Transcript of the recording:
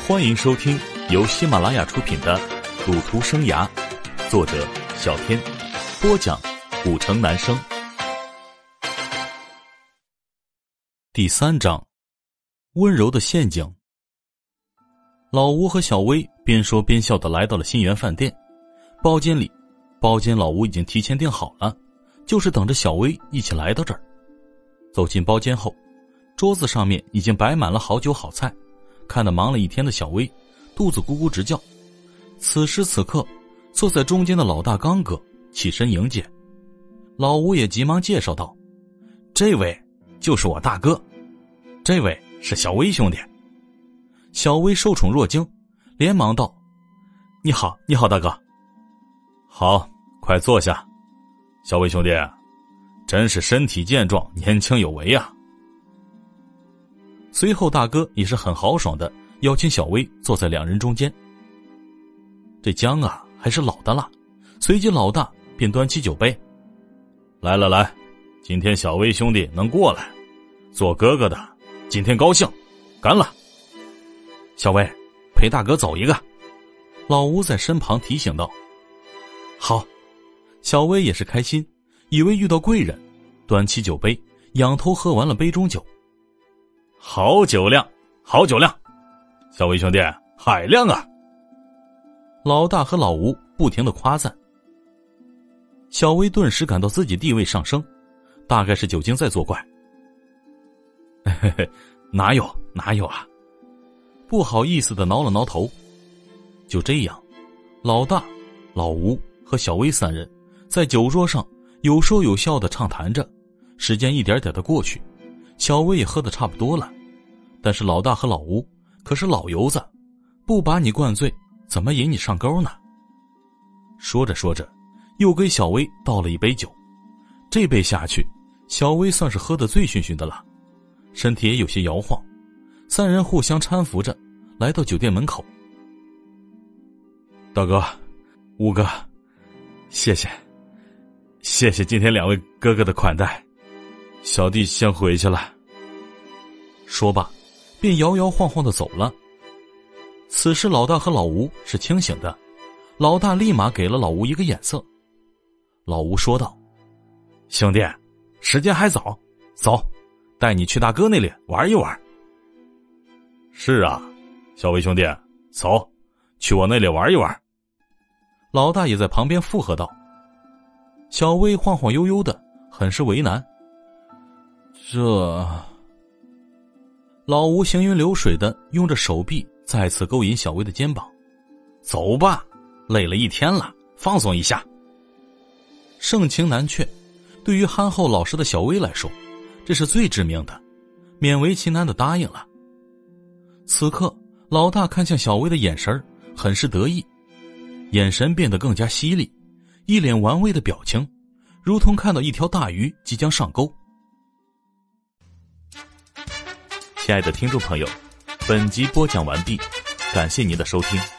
欢迎收听由喜马拉雅出品的《赌徒生涯》，作者小天，播讲古城男生。第3章，温柔的陷阱。老吴和小薇边说边笑地来到了新源饭店。包间老吴已经提前订好了，就是等着小薇一起来到这儿。走进包间后，桌子上面已经摆满了好酒好菜，看得忙了一天的小薇肚子咕咕直叫。此时此刻，坐在中间的老大刚哥起身迎接，老吴也急忙介绍道：“这位就是我大哥，这位是小薇兄弟。”小薇受宠若惊，连忙道：“你好，你好，大哥。”“好，快坐下。小薇兄弟，真是身体健壮，年轻有为啊。”随后大哥也是很豪爽的邀请小薇坐在两人中间。这姜啊还是老的辣，随即老大便端起酒杯：“来了来，今天小薇兄弟能过来，做哥哥的今天高兴，干了。”“小薇，陪大哥走一个。”老吴在身旁提醒道。“好。”小薇也是开心，以为遇到贵人，端起酒杯仰头喝完了杯中酒。“好酒量，好酒量，小薇兄弟海量啊！”老大和老吴不停地夸赞。小薇顿时感到自己地位上升，大概是酒精在作怪。“嘿嘿，哪有啊！”不好意思地挠了挠头。就这样，老大、老吴和小薇三人在酒桌上有说有笑地畅谈着，时间一点点地过去，小薇也喝得差不多了。但是老大和老吴可是老油子，不把你灌醉，怎么引你上钩呢？说着说着，又给小薇倒了一杯酒。这杯下去，小薇算是喝得醉醺醺的了，身体也有些摇晃。三人互相搀扶着来到酒店门口。“大哥，吴哥，谢谢今天两位哥哥的款待，小弟先回去了。”说罢便摇摇晃晃地走了。此时老大和老吴是清醒的，老大立马给了老吴一个眼色。老吴说道：“兄弟，时间还早，走，带你去大哥那里玩一玩。”“是啊，小薇兄弟，走，去我那里玩一玩。”老大也在旁边附和道。小薇晃晃悠悠的，很是为难。老吴行云流水的用着手臂再次勾引小薇的肩膀：“走吧，累了一天了，放松一下。”盛情难却，对于憨厚老实的小薇来说，这是最致命的，勉为其难的答应了。此刻老大看向小薇的眼神很是得意，眼神变得更加犀利，一脸玩味的表情，如同看到一条大鱼即将上钩。亲爱的听众朋友，本集播讲完毕，感谢您的收听。